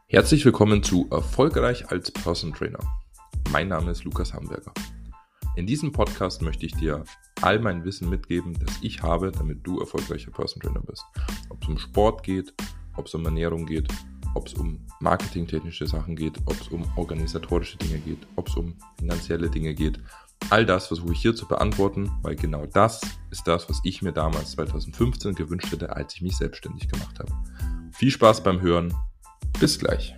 Herzlich willkommen zu Erfolgreich als Person Trainer. Mein Name ist Lukas Hamburger. In diesem Podcast möchte ich dir all mein Wissen mitgeben, das ich habe, damit du erfolgreicher Person Trainer bist. Ob es um Sport geht, ob es um Ernährung geht, ob es um marketingtechnische Sachen geht, ob es um organisatorische Dinge geht, ob es um finanzielle Dinge geht. All das versuche ich hier zu beantworten, weil genau das ist das, was ich mir damals 2015 gewünscht hätte, als ich mich selbstständig gemacht habe. Viel Spaß beim Hören. Bis gleich.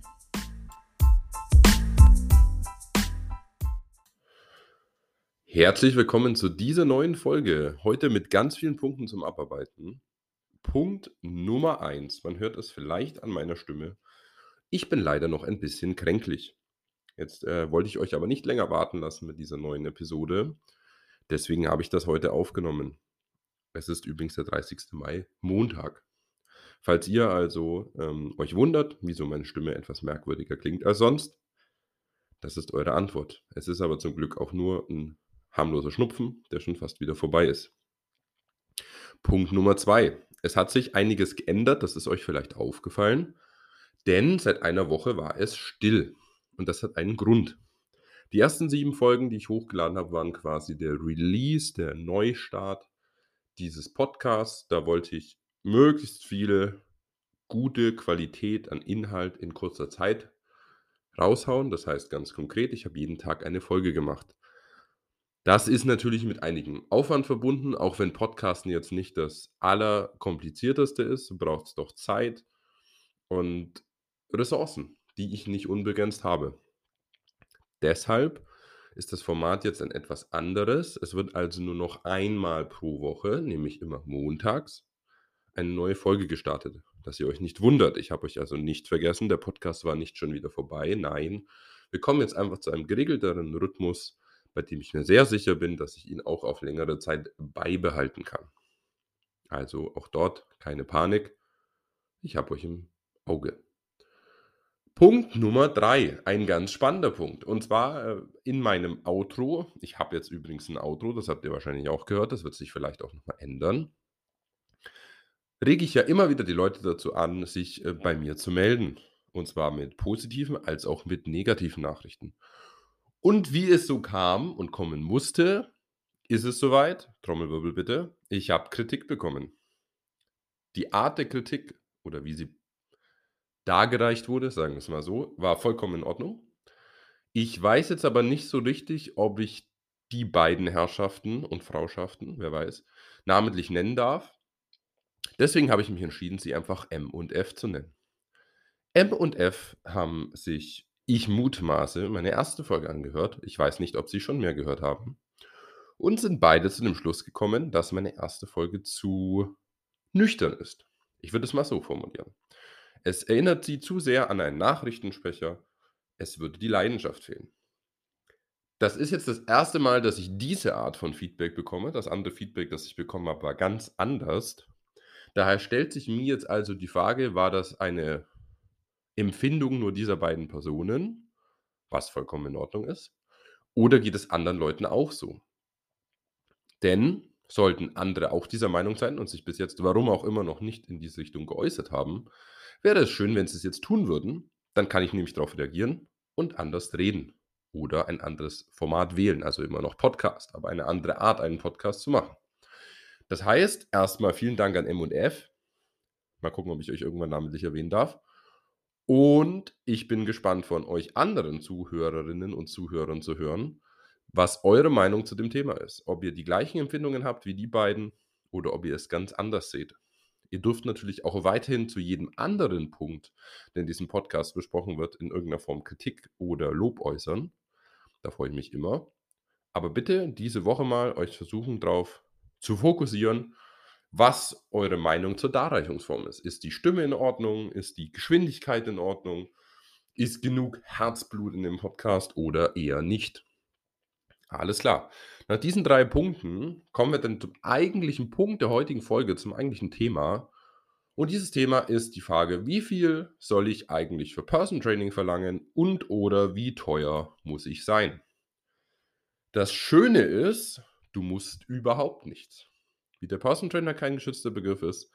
Herzlich willkommen zu dieser neuen Folge. Heute mit ganz vielen Punkten zum Abarbeiten. Punkt Nummer 1. Man hört es vielleicht an meiner Stimme. Ich bin leider noch ein bisschen kränklich. Jetzt wollte ich euch aber nicht länger warten lassen mit dieser neuen Episode. Deswegen habe ich das heute aufgenommen. Es ist übrigens der 30. Mai, Montag. Falls ihr also euch wundert, wieso meine Stimme etwas merkwürdiger klingt als sonst, das ist eure Antwort. Es ist aber zum Glück auch nur ein harmloser Schnupfen, der schon fast wieder vorbei ist. Punkt Nummer 2. Es hat sich einiges geändert, das ist euch vielleicht aufgefallen, denn seit einer Woche war es still. Und das hat einen Grund. Die ersten 7 Folgen, die ich hochgeladen habe, waren quasi der Release, der Neustart dieses Podcasts. Da wollte ich möglichst viele gute Qualität an Inhalt in kurzer Zeit raushauen. Das heißt ganz konkret, ich habe jeden Tag eine Folge gemacht. Das ist natürlich mit einigem Aufwand verbunden, auch wenn Podcasten jetzt nicht das Allerkomplizierteste ist, braucht es doch Zeit und Ressourcen, die ich nicht unbegrenzt habe. Deshalb ist das Format jetzt ein etwas anderes. Es wird also nur noch einmal pro Woche, nämlich immer montags, eine neue Folge gestartet. Dass ihr euch nicht wundert, ich habe euch also nicht vergessen, der Podcast war nicht schon wieder vorbei. Nein, wir kommen jetzt einfach zu einem geregelteren Rhythmus, bei dem ich mir sehr sicher bin, dass ich ihn auch auf längere Zeit beibehalten kann. Also auch dort keine Panik, ich habe euch im Auge. Punkt Nummer 3, ein ganz spannender Punkt. Und zwar in meinem Outro, ich habe jetzt übrigens ein Outro, das habt ihr wahrscheinlich auch gehört, das wird sich vielleicht auch nochmal ändern, rege ich ja immer wieder die Leute dazu an, sich bei mir zu melden. Und zwar mit positiven als auch mit negativen Nachrichten. Und wie es so kam und kommen musste, ist es soweit, Trommelwirbel bitte, ich habe Kritik bekommen. Die Art der Kritik oder wie sie dargereicht wurde, sagen wir es mal so, war vollkommen in Ordnung. Ich weiß jetzt aber nicht so richtig, ob ich die beiden Herrschaften und Frauschaften, wer weiß, namentlich nennen darf. Deswegen habe ich mich entschieden, sie einfach M und F zu nennen. M und F haben sich, ich mutmaße, meine erste Folge angehört. Ich weiß nicht, ob sie schon mehr gehört haben. Und sind beide zu dem Schluss gekommen, dass meine erste Folge zu nüchtern ist. Ich würde es mal so formulieren. Es erinnert sie zu sehr an einen Nachrichtensprecher. Es würde die Leidenschaft fehlen. Das ist jetzt das erste Mal, dass ich diese Art von Feedback bekomme. Das andere Feedback, das ich bekommen habe, war ganz anders. Daher stellt sich mir jetzt also die Frage, war das eine Empfindung nur dieser beiden Personen, was vollkommen in Ordnung ist, oder geht es anderen Leuten auch so? Denn sollten andere auch dieser Meinung sein und sich bis jetzt, warum auch immer, noch nicht in diese Richtung geäußert haben, wäre es schön, wenn sie es jetzt tun würden. Dann kann ich nämlich darauf reagieren und anders reden oder ein anderes Format wählen, also immer noch Podcast, aber eine andere Art, einen Podcast zu machen. Das heißt, erstmal vielen Dank an M und F. Mal gucken, ob ich euch irgendwann namentlich erwähnen darf. Und ich bin gespannt von euch anderen Zuhörerinnen und Zuhörern zu hören, was eure Meinung zu dem Thema ist. Ob ihr die gleichen Empfindungen habt wie die beiden oder ob ihr es ganz anders seht. Ihr dürft natürlich auch weiterhin zu jedem anderen Punkt, der in diesem Podcast besprochen wird, in irgendeiner Form Kritik oder Lob äußern. Da freue ich mich immer. Aber bitte diese Woche mal euch versuchen darauf zu fokussieren, was eure Meinung zur Darreichungsform ist. Ist die Stimme in Ordnung? Ist die Geschwindigkeit in Ordnung? Ist genug Herzblut in dem Podcast oder eher nicht? Alles klar. Nach diesen 3 Punkten kommen wir dann zum eigentlichen Punkt der heutigen Folge, zum eigentlichen Thema. Und dieses Thema ist die Frage, wie viel soll ich eigentlich für Person Training verlangen und oder wie teuer muss ich sein? Das Schöne ist, du musst überhaupt nichts. Wie der Person Trainer kein geschützter Begriff ist,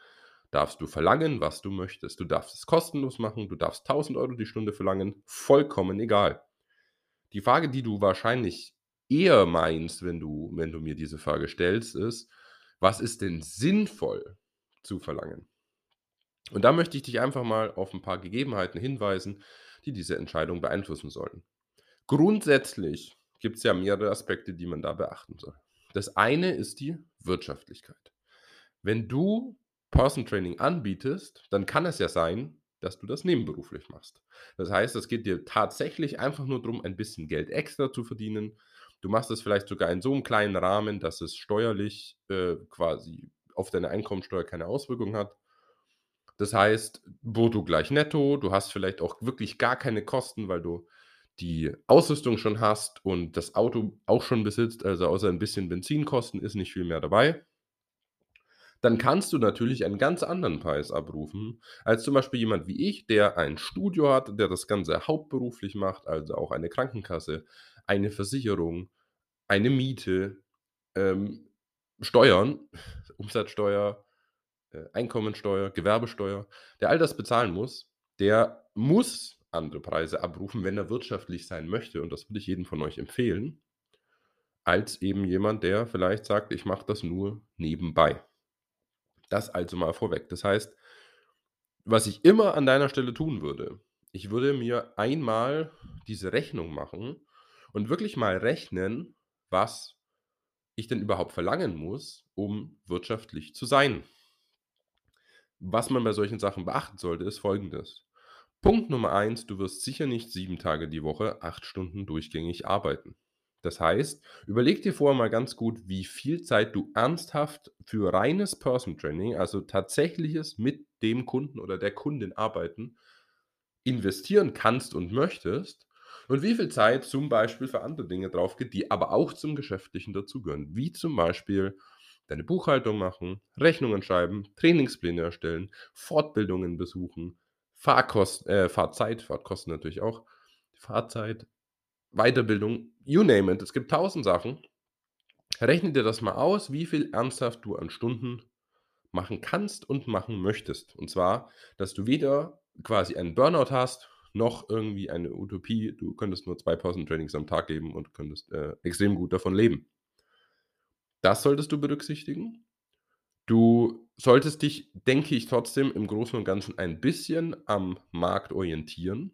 darfst du verlangen, was du möchtest. Du darfst es kostenlos machen, du darfst 1.000 € die Stunde verlangen, vollkommen egal. Die Frage, die du wahrscheinlich eher meinst, wenn du mir diese Frage stellst, ist: „Was ist denn sinnvoll zu verlangen?“ Und da möchte ich dich einfach mal auf ein paar Gegebenheiten hinweisen, die diese Entscheidung beeinflussen sollen. Grundsätzlich gibt es ja mehrere Aspekte, die man da beachten soll. Das eine ist die Wirtschaftlichkeit. Wenn du Person Training anbietest, dann kann es ja sein, dass du das nebenberuflich machst. Das heißt, es geht dir tatsächlich einfach nur darum, ein bisschen Geld extra zu verdienen. Du machst es vielleicht sogar in so einem kleinen Rahmen, dass es steuerlich, quasi auf deine Einkommensteuer keine Auswirkung hat. Das heißt, brutto gleich netto. Du hast vielleicht auch wirklich gar keine Kosten, weil du die Ausrüstung schon hast und das Auto auch schon besitzt, also außer ein bisschen Benzinkosten ist nicht viel mehr dabei. Dann kannst du natürlich einen ganz anderen Preis abrufen, als zum Beispiel jemand wie ich, der ein Studio hat, der das Ganze hauptberuflich macht, also auch eine Krankenkasse, eine Versicherung, eine Miete, ähm, Steuern, Umsatzsteuer, Einkommensteuer, Gewerbesteuer, der all das bezahlen muss, der muss andere Preise abrufen, wenn er wirtschaftlich sein möchte, und das würde ich jedem von euch empfehlen, als eben jemand, der vielleicht sagt: „Ich mache das nur nebenbei.“ Das also mal vorweg. Das heißt, was ich immer an deiner Stelle tun würde, ich würde mir einmal diese Rechnung machen und wirklich mal rechnen, was ich denn überhaupt verlangen muss, um wirtschaftlich zu sein. Was man bei solchen Sachen beachten sollte, ist Folgendes. Punkt Nummer eins: Du wirst sicher nicht 7 Tage die Woche 8 Stunden durchgängig arbeiten. Das heißt, überleg dir vorher mal ganz gut, wie viel Zeit du ernsthaft für reines Person Training, also tatsächliches mit dem Kunden oder der Kundin arbeiten, investieren kannst und möchtest, und wie viel Zeit zum Beispiel für andere Dinge drauf geht, die aber auch zum Geschäftlichen dazugehören, wie zum Beispiel deine Buchhaltung machen, Rechnungen schreiben, Trainingspläne erstellen, Fortbildungen besuchen, Fahrzeit, Fahrtkosten natürlich auch, Fahrzeit, Weiterbildung, you name it. Es gibt 1.000 Sachen. Rechne dir das mal aus, wie viel ernsthaft du an Stunden machen kannst und machen möchtest. Und zwar, dass du weder quasi einen Burnout hast, noch irgendwie eine Utopie, du könntest nur 2 Pausentrainings am Tag geben und könntest, extrem gut davon leben. Das solltest du berücksichtigen. Du solltest dich, denke ich, trotzdem im Großen und Ganzen ein bisschen am Markt orientieren.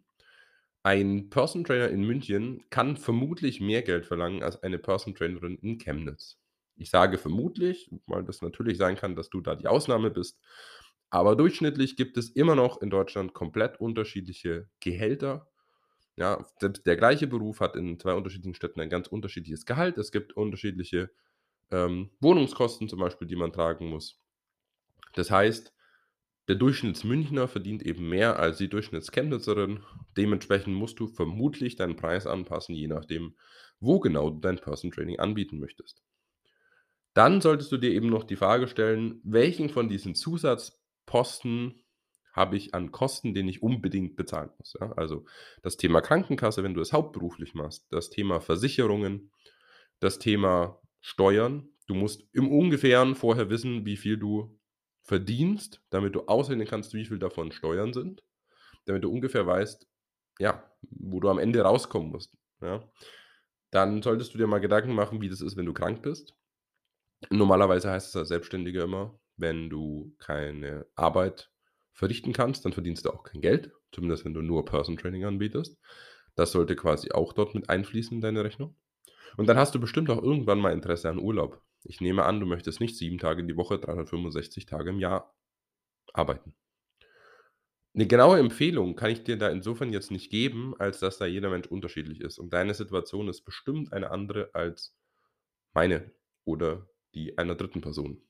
Ein Person Trainer in München kann vermutlich mehr Geld verlangen als eine Person Trainerin in Chemnitz. Ich sage vermutlich, weil das natürlich sein kann, dass du da die Ausnahme bist. Aber durchschnittlich gibt es immer noch in Deutschland komplett unterschiedliche Gehälter. Ja, selbst der gleiche Beruf hat in 2 unterschiedlichen Städten ein ganz unterschiedliches Gehalt. Es gibt unterschiedliche, Wohnungskosten zum Beispiel, die man tragen muss. Das heißt, der Durchschnittsmünchner verdient eben mehr als die Durchschnittschemnitzerin. Dementsprechend musst du vermutlich deinen Preis anpassen, je nachdem, wo genau du dein Person Training anbieten möchtest. Dann solltest du dir eben noch die Frage stellen: „Welchen von diesen Zusatzposten habe ich an Kosten, den ich unbedingt bezahlen muss?“ Ja, also, das Thema Krankenkasse, wenn du es hauptberuflich machst, das Thema Versicherungen, das Thema Steuern. Du musst im Ungefähren vorher wissen, wie viel du verdienst, damit du ausrechnen kannst, wie viel davon Steuern sind, damit du ungefähr weißt, ja, wo du am Ende rauskommen musst, ja? Dann solltest du dir mal Gedanken machen, wie das ist, wenn du krank bist. Normalerweise heißt es als Selbstständiger immer, wenn du keine Arbeit verrichten kannst, dann verdienst du auch kein Geld, zumindest wenn du nur Person Training anbietest. Das sollte quasi auch dort mit einfließen in deine Rechnung. Und dann hast du bestimmt auch irgendwann mal Interesse an Urlaub. Ich nehme an, du möchtest nicht 7 Tage die Woche, 365 Tage im Jahr arbeiten. 'Ne genaue Empfehlung kann ich dir da insofern jetzt nicht geben, als dass da jeder Mensch unterschiedlich ist. Und deine Situation ist bestimmt eine andere als meine oder die einer dritten Person.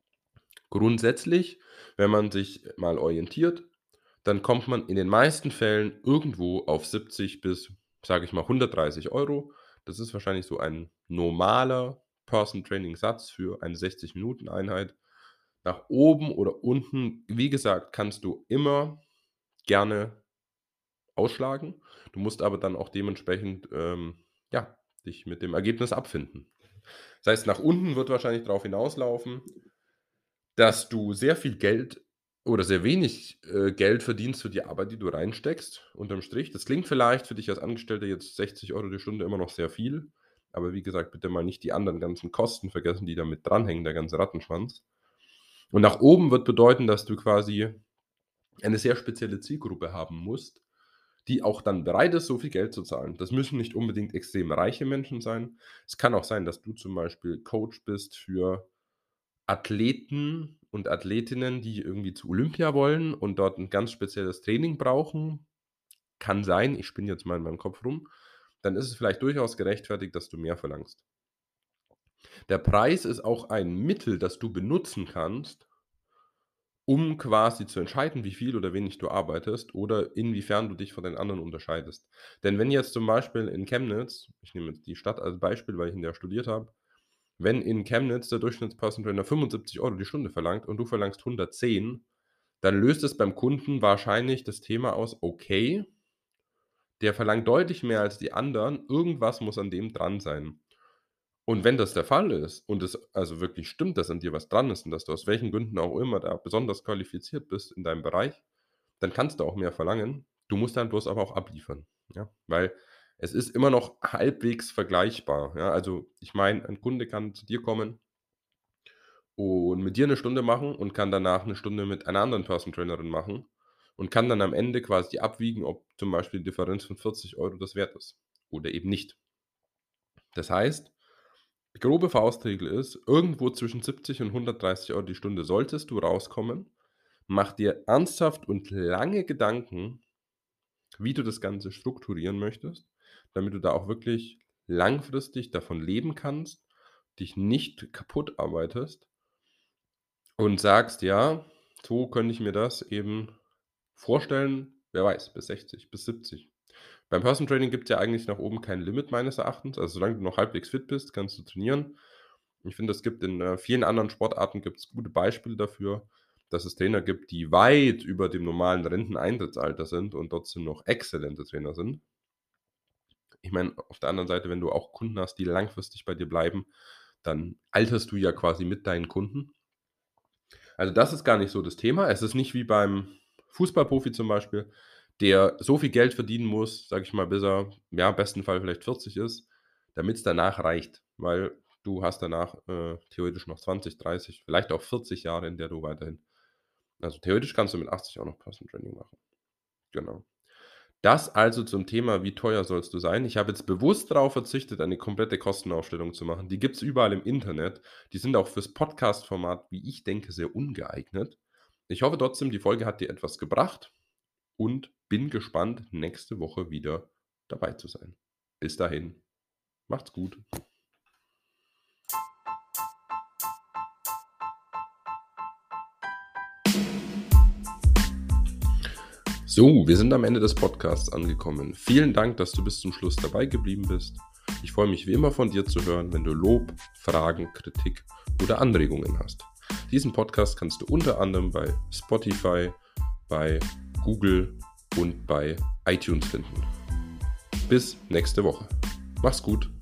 Grundsätzlich, wenn man sich mal orientiert, dann kommt man in den meisten Fällen irgendwo auf 70 bis, sage ich mal, 130 €. Das ist wahrscheinlich so ein normaler Person Training Satz für eine 60 Minuten Einheit. Nach oben oder unten, wie gesagt, kannst du immer gerne ausschlagen. Du musst aber dann auch dementsprechend, ja, dich mit dem Ergebnis abfinden. Das heißt, nach unten wird wahrscheinlich darauf hinauslaufen, dass du sehr viel Geld oder sehr wenig, Geld verdienst für die Arbeit, die du reinsteckst, unterm Strich. Das klingt vielleicht für dich als Angestellter jetzt 60 € die Stunde immer noch sehr viel, aber wie gesagt, bitte mal nicht die anderen ganzen Kosten vergessen, die da mit dranhängen, der ganze Rattenschwanz. Und nach oben wird bedeuten, dass du quasi eine sehr spezielle Zielgruppe haben musst, die auch dann bereit ist, so viel Geld zu zahlen. Das müssen nicht unbedingt extrem reiche Menschen sein. Es kann auch sein, dass du zum Beispiel Coach bist für Athleten und Athletinnen, die irgendwie zu Olympia wollen und dort 'n ganz spezielles Training brauchen. Kann sein, ich spinne jetzt mal in meinem Kopf rum. Dann ist es vielleicht durchaus gerechtfertigt, dass du mehr verlangst. Der Preis ist auch ein Mittel, das du benutzen kannst, um quasi zu entscheiden, wie viel oder wenig du arbeitest oder inwiefern du dich von den anderen unterscheidest. Denn wenn jetzt zum Beispiel in Chemnitz, ich nehme jetzt die Stadt als Beispiel, weil ich in der studiert habe, wenn in Chemnitz der Durchschnitts-Personal Trainer 75 € die Stunde verlangt und du verlangst 110, dann löst es beim Kunden wahrscheinlich das Thema aus: „Okay, der verlangt deutlich mehr als die anderen, irgendwas muss an dem dran sein.“ Und wenn das der Fall ist und es also wirklich stimmt, dass an dir was dran ist und dass du aus welchen Gründen auch immer da besonders qualifiziert bist in deinem Bereich, dann kannst du auch mehr verlangen. Du musst dann bloß aber auch abliefern, ja? Weil es ist immer noch halbwegs vergleichbar, ja? Also, ich meine, ein Kunde kann zu dir kommen und mit dir 'ne Stunde machen und kann danach 'ne Stunde mit einer anderen Personal Trainerin machen und kann dann am Ende quasi abwiegen, ob zum Beispiel die Differenz von 40 € das wert ist oder eben nicht. Das heißt, die grobe Faustregel ist, irgendwo zwischen 70 und 130 € die Stunde solltest du rauskommen. Mach dir ernsthaft und lange Gedanken, wie du das Ganze strukturieren möchtest, damit du da auch wirklich langfristig davon leben kannst, dich nicht kaputt arbeitest und sagst: „Ja, so könnte ich mir das eben vorstellen“, wer weiß, bis 60, bis 70. Beim Personal Training gibt's ja eigentlich nach oben kein Limit meines Erachtens. Also, solange du noch halbwegs fit bist, kannst du trainieren. Ich finde, es gibt in, vielen anderen Sportarten gibt's gute Beispiele dafür, dass es Trainer gibt, die weit über dem normalen Renteneintrittsalter sind und trotzdem noch exzellente Trainer sind. Ich meine, auf der anderen Seite, wenn du auch Kunden hast, die langfristig bei dir bleiben, dann alterst du ja quasi mit deinen Kunden. Also, das ist gar nicht so das Thema. Es ist nicht wie beim Fußballprofi zum Beispiel, der so viel Geld verdienen muss, sage ich mal, bis er, ja, im besten Fall vielleicht 40 ist, damit's danach reicht. Weil du hast danach, theoretisch noch 20, 30, vielleicht auch 40 Jahre, in der du weiterhin also, theoretisch kannst du mit 80 auch noch Personal Training machen. Genau. Das also zum Thema: Wie teuer sollst du sein? Ich habe jetzt bewusst darauf verzichtet, eine komplette Kostenaufstellung zu machen. Die gibt's überall im Internet. Die sind auch fürs Podcast-Format, wie ich denke, sehr ungeeignet. Ich hoffe trotzdem, die Folge hat dir etwas gebracht und bin gespannt, nächste Woche wieder dabei zu sein. Bis dahin, macht's gut. So, wir sind am Ende des Podcasts angekommen. Vielen Dank, dass du bis zum Schluss dabei geblieben bist. Ich freue mich wie immer von dir zu hören, wenn du Lob, Fragen, Kritik oder Anregungen hast. Diesen Podcast kannst du unter anderem bei Spotify, bei Google und bei iTunes finden. Bis nächste Woche. Mach's gut.